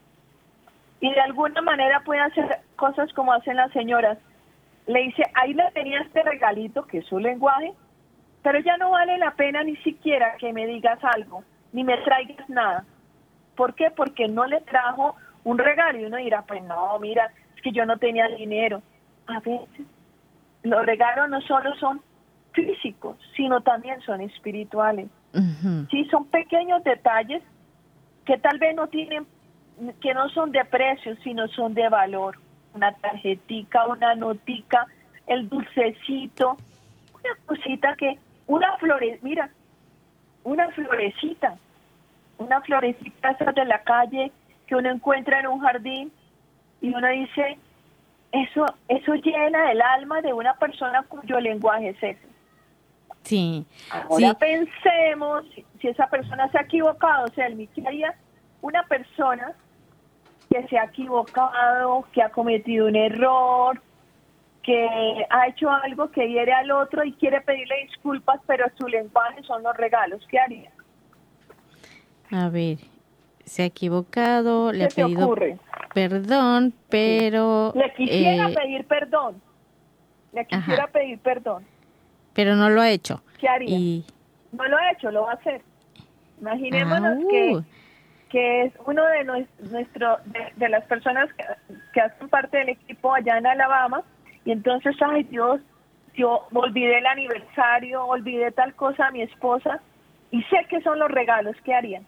Y de alguna manera puede hacer cosas como hacen las señoras. Le dice, ahí le tenía este regalito, que es su lenguaje, pero ya no vale la pena ni siquiera que me digas algo, ni me traigas nada. ¿Por qué? Porque no le trajo un regalo. Y uno dirá, pues no, mira, es que yo no tenía dinero. A veces los regalos no solo son físicos, sino también son espirituales. Uh-huh. Sí, son pequeños detalles que tal vez no tienen, que no son de precio, sino son de valor. Una tarjetica, una notica, el dulcecito, una cosita que, una flore, mira, una florecita, una florecita esa de la calle que uno encuentra en un jardín, y uno dice, eso, eso llena el alma de una persona cuyo lenguaje es ese. Sí. Ahora sí. pensemos, si, si esa persona se ha equivocado, o sea, el ¿qué haría una persona que se ha equivocado, que ha cometido un error, que ha hecho algo que hiere al otro y quiere pedirle disculpas, pero su lenguaje son los regalos? ¿Qué haría? A ver, se ha equivocado, le ha ¿Qué te pedido ocurre? perdón, pero... Le quisiera eh, pedir perdón, le quisiera ajá. pedir perdón. Pero no lo ha hecho. ¿Qué haría? Y... No lo ha hecho, lo va a hacer. Imaginémonos ah, uh. que, que es uno de, nuestro, de, de las personas que, que hacen parte del equipo allá en Alabama, y entonces, ay Dios, yo olvidé el aniversario, olvidé tal cosa a mi esposa, y sé que son los regalos. ¿Qué harían?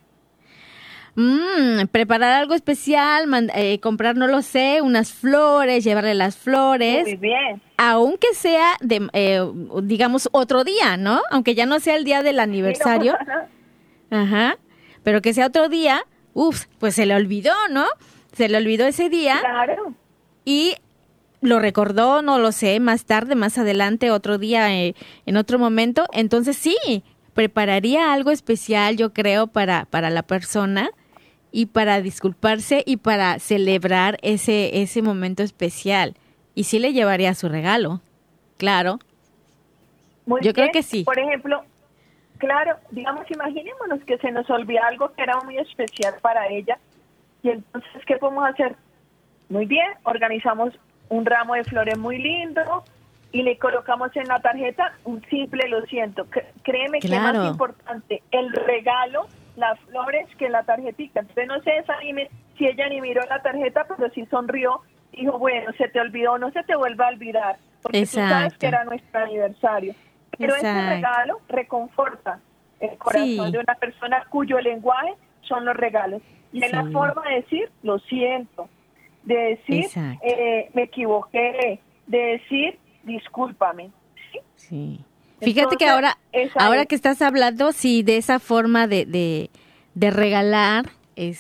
Mm, preparar algo especial, man, eh, comprar, no lo sé, unas flores, llevarle las flores. Muy bien. Aunque sea, de, eh, digamos, otro día, ¿no? Aunque ya no sea el día del aniversario. Sí, no. Ajá. Pero que sea otro día, uff, pues se le olvidó, ¿no? Se le olvidó ese día. Claro. Y lo recordó, no lo sé, más tarde, más adelante, otro día, eh, en otro momento. Entonces sí, prepararía algo especial, yo creo, para, para la persona, y para disculparse y para celebrar ese, ese momento especial. Y sí le llevaría su regalo, claro. Muy Yo bien. creo que sí. Por ejemplo, claro, digamos, imaginémonos que se nos olvida algo que era muy especial para ella. Y entonces, ¿qué podemos hacer? Muy bien, organizamos un ramo de flores muy lindo y le colocamos en la tarjeta un simple lo siento. Créeme claro. que es más importante el regalo, las flores, que la tarjetita. Entonces no se desanime si ella ni miró la tarjeta, pero sí sonrió, dijo, bueno, se te olvidó, no se te vuelva a olvidar, porque Exacto. tú sabes que era nuestro aniversario. Pero Exacto. ese regalo reconforta el corazón sí. de una persona cuyo lenguaje son los regalos. Y es sí. la forma de decir, lo siento, de decir, eh, me equivoqué, de decir, discúlpame. Sí. sí. Fíjate Entonces, que ahora, ahora es. que estás hablando, sí, de esa forma de, de, de regalar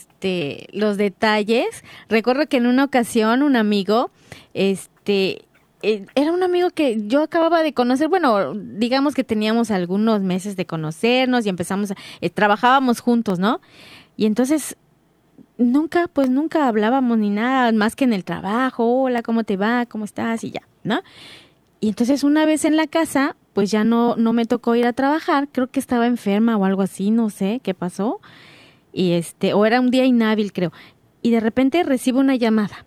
este los detalles. Recuerdo que en una ocasión un amigo, este, eh, era un amigo que yo acababa de conocer, bueno, digamos que teníamos algunos meses de conocernos y empezamos, a, eh, trabajábamos juntos, ¿no? Y entonces nunca, pues nunca hablábamos ni nada más que en el trabajo, hola, ¿cómo te va? ¿Cómo estás? Y ya, ¿no? Y entonces una vez en la casa, pues ya no, no me tocó ir a trabajar, creo que estaba enferma o algo así, no sé qué pasó, y este, o era un día inhábil, creo, y de repente recibo una llamada.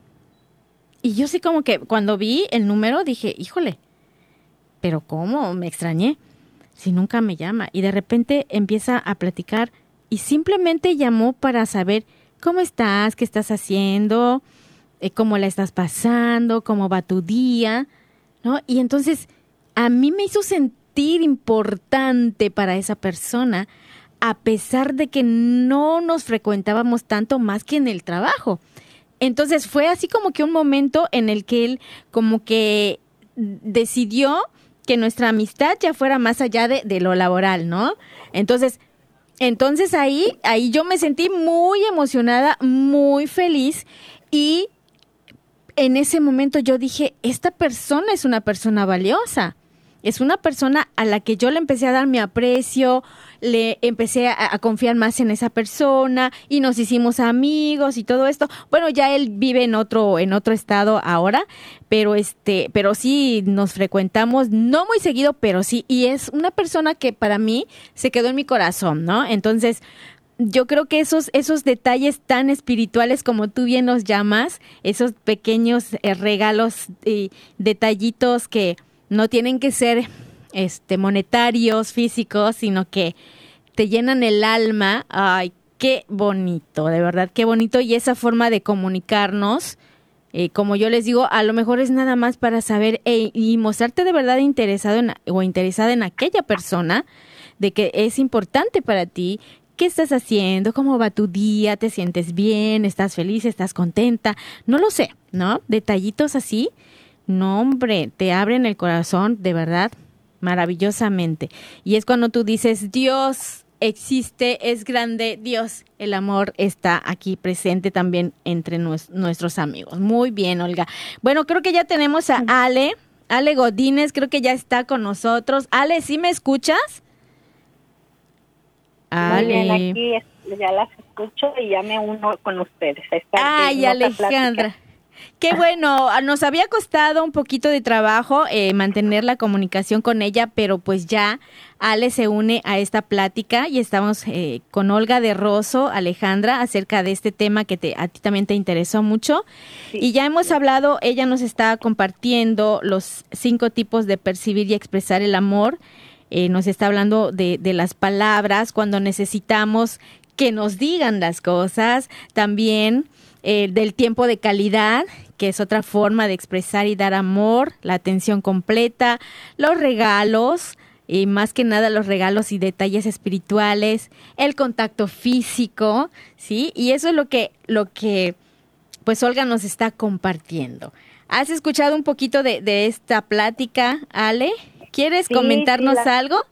Y yo sí como que cuando vi el número dije, híjole, pero ¿cómo? Me extrañé, si nunca me llama. Y de repente empieza a platicar y simplemente llamó para saber cómo estás, qué estás haciendo, eh, cómo la estás pasando, cómo va tu día, ¿no? Y entonces a mí me hizo sentir importante para esa persona, a pesar de que no nos frecuentábamos tanto más que en el trabajo. Entonces fue así como que un momento en el que él como que decidió que nuestra amistad ya fuera más allá de, de lo laboral, ¿no? Entonces, entonces ahí, ahí yo me sentí muy emocionada, muy feliz, y en ese momento yo dije, esta persona es una persona valiosa. Es una persona a la que yo le empecé a dar mi aprecio, le empecé a, a confiar más en esa persona y nos hicimos amigos y todo esto. Bueno, ya él vive en otro en otro estado ahora, pero este, pero sí nos frecuentamos, no muy seguido, pero sí, y es una persona que para mí se quedó en mi corazón, ¿no? Entonces, yo creo que esos esos detalles tan espirituales como tú bien los llamas, esos pequeños eh, regalos y detallitos que no tienen que ser este monetarios, físicos, sino que te llenan el alma. Ay, qué bonito, de verdad, qué bonito. Y esa forma de comunicarnos, eh, como yo les digo, a lo mejor es nada más para saber eh, y mostrarte de verdad interesado en, o interesada en aquella persona, de que es importante para ti. ¿Qué estás haciendo? ¿Cómo va tu día? ¿Te sientes bien? ¿Estás feliz? ¿Estás contenta? No lo sé, ¿no? Detallitos así. No, hombre, te abren el corazón, de verdad, maravillosamente. Y es cuando tú dices, Dios existe, es grande, Dios, el amor está aquí presente también entre nues- nuestros amigos. Muy bien, Olga. Bueno, creo que ya tenemos a Ale, Ale Godínez, creo que ya está con nosotros. Ale, ¿sí me escuchas? Ale. Muy bien, aquí es, ya las escucho y ya me uno con ustedes. Ay, Alejandra. Qué bueno, nos había costado un poquito de trabajo eh, mantener la comunicación con ella, pero pues ya Ale se une a esta plática y estamos eh, con Olga de Rosso, Alejandra, acerca de este tema que te, a ti también te interesó mucho. Sí, y ya hemos sí. hablado, ella nos está compartiendo los cinco tipos de percibir y expresar el amor. Eh, nos está hablando de, de las palabras, cuando necesitamos que nos digan las cosas, también Eh, del tiempo de calidad, que es otra forma de expresar y dar amor, la atención completa, los regalos, y más que nada los regalos y detalles espirituales, el contacto físico, ¿sí? Y eso es lo que, lo que pues Olga nos está compartiendo. ¿Has escuchado un poquito de, de esta plática, Ale? ¿Quieres sí, comentarnos sí, la... algo?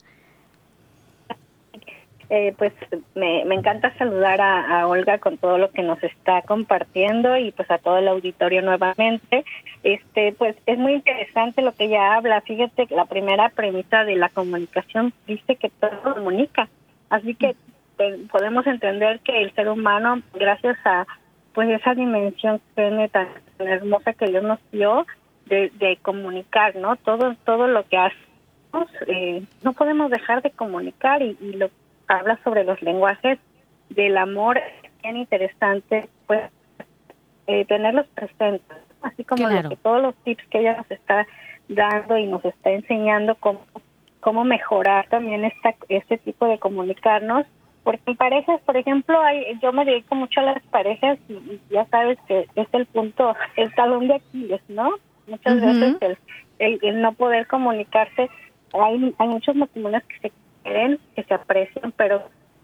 Eh, pues me, me encanta saludar a, a Olga con todo lo que nos está compartiendo y pues a todo el auditorio nuevamente. Este, pues es muy interesante lo que ella habla. Fíjate que la primera premisa de la comunicación dice que todo comunica. Así que pues, podemos entender que el ser humano, gracias a pues esa dimensión que tiene tan hermosa que Dios nos dio de, de comunicar, ¿no? Todo todo lo que hacemos, eh, no podemos dejar de comunicar y, y lo habla sobre los lenguajes del amor, es bien interesante, pues, eh, tenerlos presentes, así como claro. lo que, todos los tips que ella nos está dando y nos está enseñando cómo, cómo mejorar también esta, este tipo de comunicarnos, porque en parejas, por ejemplo, hay, yo me dedico mucho a las parejas y, y ya sabes que es el punto, el talón de Aquiles, ¿no? Muchas uh-huh. veces el, el, el no poder comunicarse, hay, hay muchos matrimonios que se que se aprecian, pero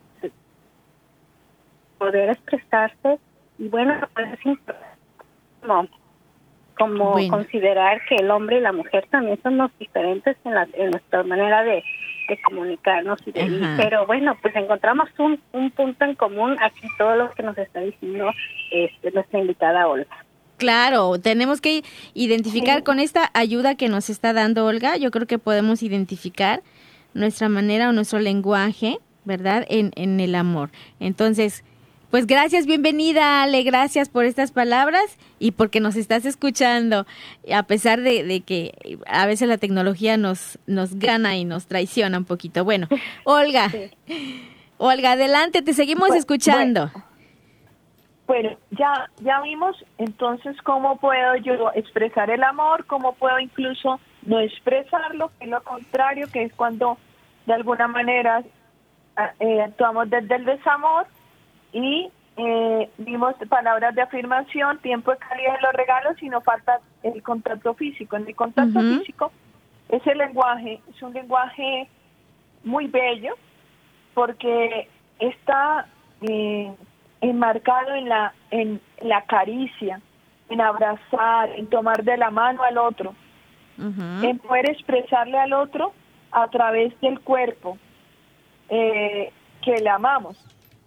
poder expresarse y bueno, pues es importante como, como bueno. considerar que el hombre y la mujer también somos diferentes en, la, en nuestra manera de, de comunicarnos y de, pero bueno, pues encontramos un, un punto en común aquí, todo lo que nos está diciendo este, nuestra invitada Olga. Claro, tenemos que identificar sí. Con esta ayuda que nos está dando Olga, yo creo que podemos identificar nuestra manera o nuestro lenguaje, ¿verdad? En, en el amor. Entonces, pues gracias, bienvenida Ale, gracias por estas palabras y porque nos estás escuchando, a pesar de, de que a veces la tecnología nos, nos gana y nos traiciona un poquito. Bueno, Olga, sí. Olga, adelante, te seguimos bueno, escuchando. Bueno. Bueno, ya ya vimos entonces cómo puedo yo expresar el amor, cómo puedo incluso no expresarlo, que es lo contrario, que es cuando de alguna manera eh, actuamos desde el desamor, y eh, vimos palabras de afirmación, tiempo de calidad de los regalos, y nos falta el contacto físico. En el contacto uh-huh. físico, ese lenguaje es un lenguaje muy bello, porque está... Eh, enmarcado en la en la caricia, en abrazar, en tomar de la mano al otro, uh-huh. en poder expresarle al otro a través del cuerpo eh, que le amamos.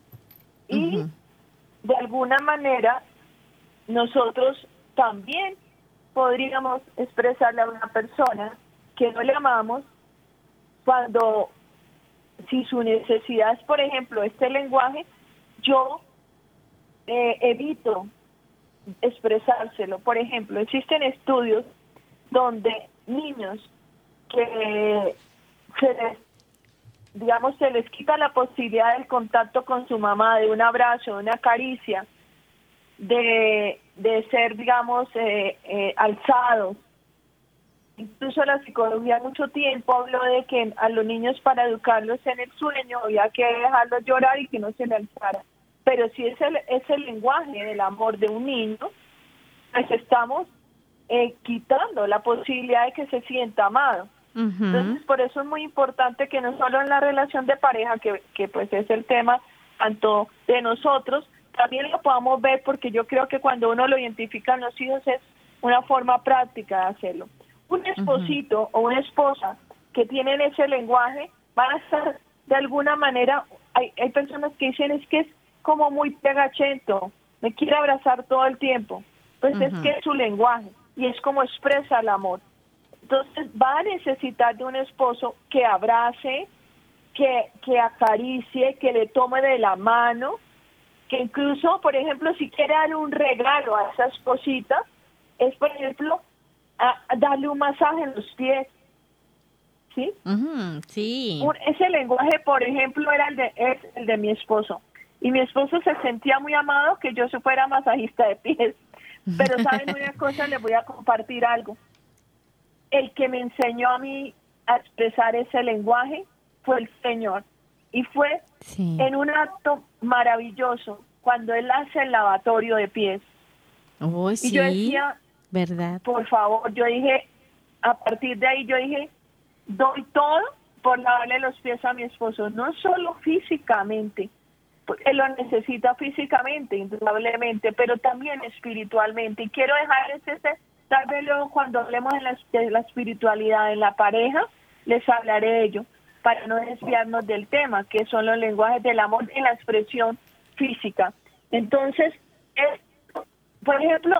Y uh-huh. de alguna manera nosotros también podríamos expresarle a una persona que no le amamos cuando, si su necesidad es, por ejemplo, este lenguaje, yo Eh, evito expresárselo. Por ejemplo, existen estudios donde niños que se les, digamos, se les quita la posibilidad del contacto con su mamá, de un abrazo, de una caricia, de, de ser, digamos, eh, eh, alzados. Incluso la psicología mucho tiempo habló de que a los niños, para educarlos en el sueño, había que dejarlos llorar y que no se le alzara. Pero si es el, es el lenguaje del amor de un niño, pues estamos eh, quitando la posibilidad de que se sienta amado. Uh-huh. Entonces, por eso es muy importante que no solo en la relación de pareja, que, que pues es el tema tanto de nosotros, también lo podamos ver, porque yo creo que cuando uno lo identifica en los hijos es una forma práctica de hacerlo. Un esposito uh-huh. o una esposa que tienen ese lenguaje van a estar de alguna manera, hay, hay personas que dicen es que es como muy pegachento, me quiere abrazar todo el tiempo, pues uh-huh. es que es su lenguaje y es como expresa el amor. Entonces va a necesitar de un esposo que abrace, que, que acaricie, que le tome de la mano, que incluso, por ejemplo, si quiere darle un regalo a esa esposita, es, por ejemplo, a, a darle un masaje en los pies. ¿Sí? Uh-huh, sí. Un, ese lenguaje, por ejemplo, era el de, es el de mi esposo. Y mi esposo se sentía muy amado que yo fuera masajista de pies. Pero ¿saben una cosa? Les voy a compartir algo. El que me enseñó a mí a expresar ese lenguaje fue el Señor. Y fue sí. en un acto maravilloso, cuando Él hace el lavatorio de pies. Oh, sí. Y yo decía, ¿verdad? Por favor, yo dije, a partir de ahí yo dije, doy todo por lavarle los pies a mi esposo, no solo físicamente, él lo necesita físicamente, indudablemente, pero también espiritualmente. Y quiero dejar este, tal vez luego cuando hablemos de la, de la espiritualidad en la pareja, les hablaré de ello, para no desviarnos del tema, que son los lenguajes del amor en la expresión física. Entonces, es, por ejemplo,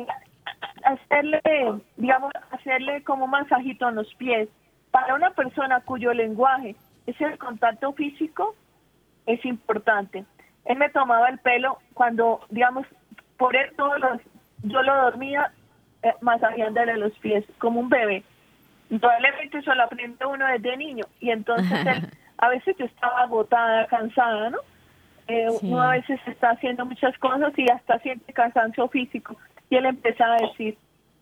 hacerle, digamos, hacerle como un masajito en los pies, para una persona cuyo lenguaje es el contacto físico, es importante. Él me tomaba el pelo cuando, digamos, por él todos los, yo lo dormía eh, masajeándole los pies como un bebé. Probablemente eso lo aprende uno desde niño, y entonces él, a veces yo estaba agotada, cansada, ¿no? Eh, sí. Uno a veces está haciendo muchas cosas y hasta siente cansancio físico, y él empezaba a decir,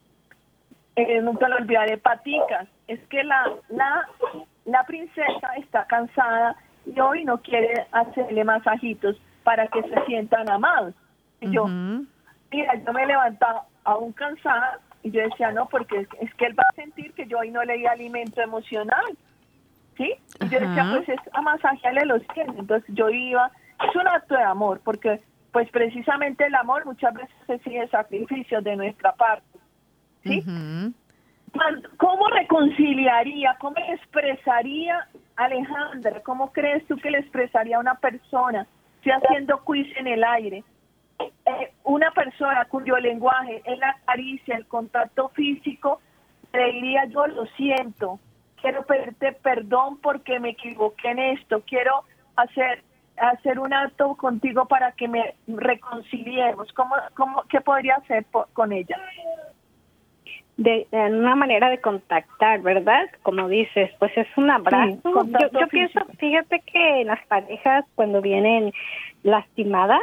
eh, nunca lo olvidaré, paticas, es que la, la, la princesa está cansada y hoy no quiere hacerle masajitos para que se sientan amados. Y yo, uh-huh. mira, yo me levantaba aún cansada y yo decía, no, porque es, es que él va a sentir que yo hoy no le di alimento emocional, ¿sí? Y yo uh-huh. decía, pues es a masajearle los pies. Entonces yo iba, es un acto de amor, porque pues precisamente el amor muchas veces exige sacrificios de nuestra parte, ¿sí? Uh-huh. ¿Cómo reconciliaría, cómo expresaría Alejandra? ¿Cómo crees tú que le expresaría a una persona? Si haciendo quiz en el aire. eh, una persona cuyo lenguaje es la caricia, el contacto físico, le diría yo lo siento, quiero pedirte perdón porque me equivoqué en esto, quiero hacer hacer un acto contigo para que me reconciliemos. ¿Cómo, cómo, qué podría hacer por, con ella? De, de una manera de contactar, ¿verdad? Como dices, pues es un abrazo. Sí, yo yo pienso, fíjate que las parejas cuando vienen lastimadas,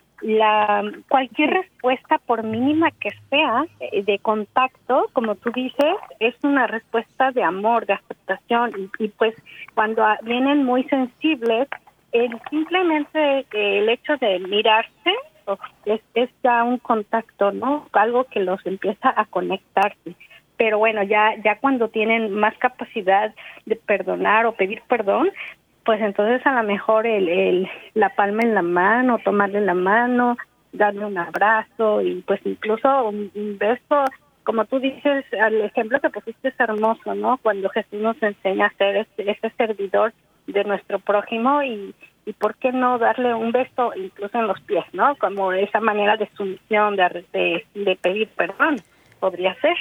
la cualquier sí. respuesta, por mínima que sea, de contacto, como tú dices, es una respuesta de amor, de aceptación. Y, y pues cuando vienen muy sensibles, el, simplemente el hecho de mirarse es, es ya un contacto, ¿no? Algo que los empieza a conectarse. Pero bueno, ya ya cuando tienen más capacidad de perdonar o pedir perdón, pues entonces a lo mejor el, el la palma en la mano, tomarle la mano, darle un abrazo y pues incluso un, un beso, como tú dices, el ejemplo que pusiste es hermoso, ¿no? Cuando Jesús nos enseña a ser ese, ese servidor de nuestro prójimo y, y por qué no darle un beso incluso en los pies, ¿no? Como esa manera de sumisión, de, de, de pedir perdón, podría ser.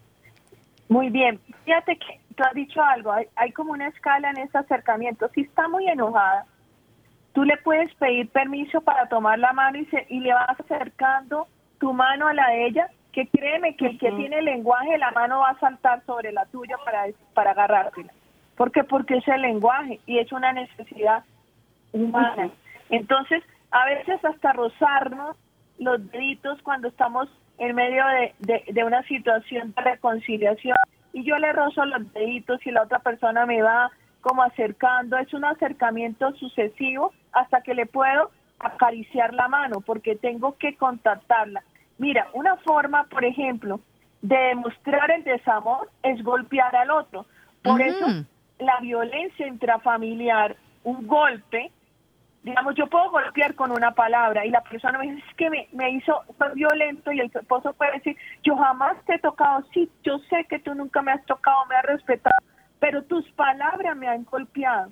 Muy bien, fíjate que tú has dicho algo, hay, hay como una escala en ese acercamiento. Si está muy enojada, tú le puedes pedir permiso para tomar la mano y, se, y le vas acercando tu mano a la de ella, que créeme que el que uh-huh. tiene el lenguaje, la mano va a saltar sobre la tuya para, para agarrártela. ¿Por qué? Porque es el lenguaje y es una necesidad humana. Entonces, a veces hasta rozarnos los deditos cuando estamos en medio de, de, de una situación de reconciliación y yo le rozo los deditos y la otra persona me va como acercando, es un acercamiento sucesivo hasta que le puedo acariciar la mano porque tengo que contactarla. Mira, una forma, por ejemplo, de demostrar el desamor es golpear al otro. Por uh-huh. eso la violencia intrafamiliar, un golpe, digamos, yo puedo golpear con una palabra y la persona me dice, es que me, me hizo, fue violento y el esposo puede decir, yo jamás te he tocado, sí, yo sé que tú nunca me has tocado, me has respetado, pero tus palabras me han golpeado.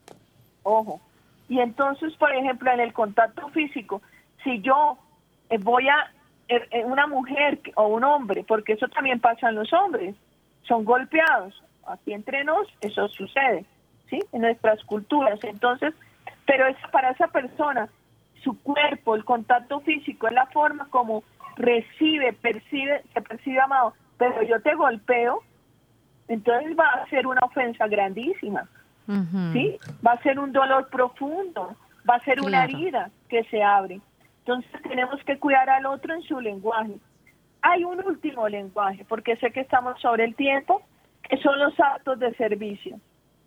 Ojo. Y entonces, por ejemplo, en el contacto físico, si yo eh, voy a, eh, una mujer o un hombre, porque eso también pasa en los hombres, son golpeados. Aquí entre nos eso sucede, ¿sí? En nuestras culturas. Entonces, pero es para esa persona, su cuerpo, el contacto físico, es la forma como recibe, percibe, se percibe amado. Pero yo te golpeo, entonces va a ser una ofensa grandísima, uh-huh. ¿sí? Va a ser un dolor profundo, va a ser claro. una herida que se abre. Entonces tenemos que cuidar al otro en su lenguaje. Hay un último lenguaje, porque sé que estamos sobre el tiempo, que son los actos de servicio.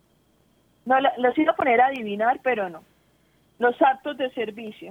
No, los iba a poner a adivinar, pero no. Los actos de servicio.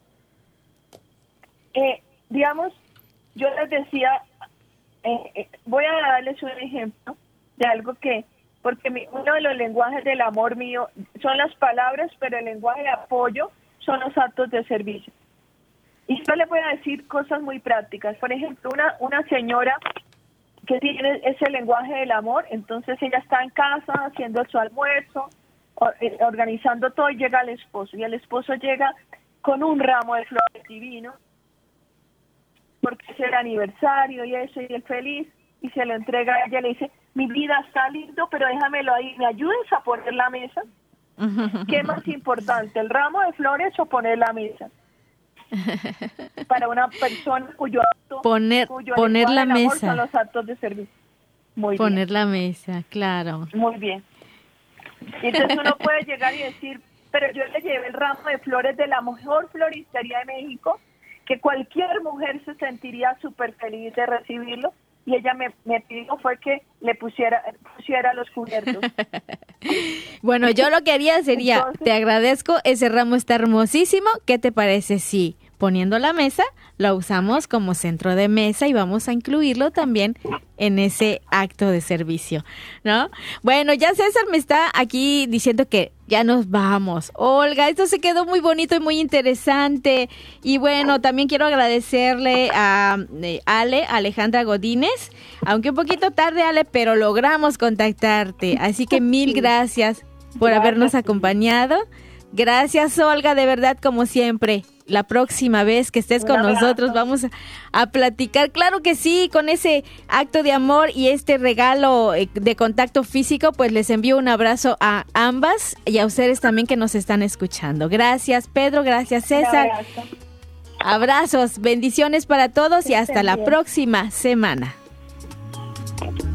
Eh, digamos, yo les decía, eh, eh, voy a darles un ejemplo de algo que, porque mi, uno de los lenguajes del amor mío son las palabras, pero el lenguaje de apoyo son los actos de servicio. Y yo les voy a decir cosas muy prácticas. Por ejemplo, una, una señora que tiene ese lenguaje del amor, entonces ella está en casa haciendo su almuerzo, organizando todo y llega el esposo, y el esposo llega con un ramo de flores divino, porque es el aniversario y eso, y él feliz, y se lo entrega a ella, le dice, mi vida está lindo, pero déjamelo ahí, ¿me ayudes a poner la mesa? ¿Qué es más importante, el ramo de flores o poner la mesa? Para una persona cuyo acto poner cuyo poner la mesa son los actos de servicio. Muy poner bien. la mesa, claro. Muy bien. Entonces uno puede llegar y decir, pero yo le llevé el ramo de flores de la mejor floristería de México, que cualquier mujer se sentiría súper feliz de recibirlo, y ella me, me pidió fue que le pusiera pusiera los cubiertos. Bueno, yo lo que haría sería, entonces, te agradezco, ese ramo está hermosísimo, ¿qué te parece si poniendo la mesa lo usamos como centro de mesa y vamos a incluirlo también en ese acto de servicio, ¿no? Bueno, ya César me está aquí diciendo que ya nos vamos. Olga, esto se quedó muy bonito y muy interesante. Y bueno, también quiero agradecerle a eh, Ale, Alejandra Godínez, aunque un poquito tarde, Ale, pero logramos contactarte. Así que mil gracias por habernos acompañado. Gracias, Olga, de verdad, como siempre. La próxima vez que estés con nosotros vamos a, a platicar, claro que sí, con ese acto de amor y este regalo de contacto físico, pues les envío un abrazo a ambas y a ustedes también que nos están escuchando. Gracias, Pedro, gracias, César. Abrazos, bendiciones para todos y hasta la próxima semana.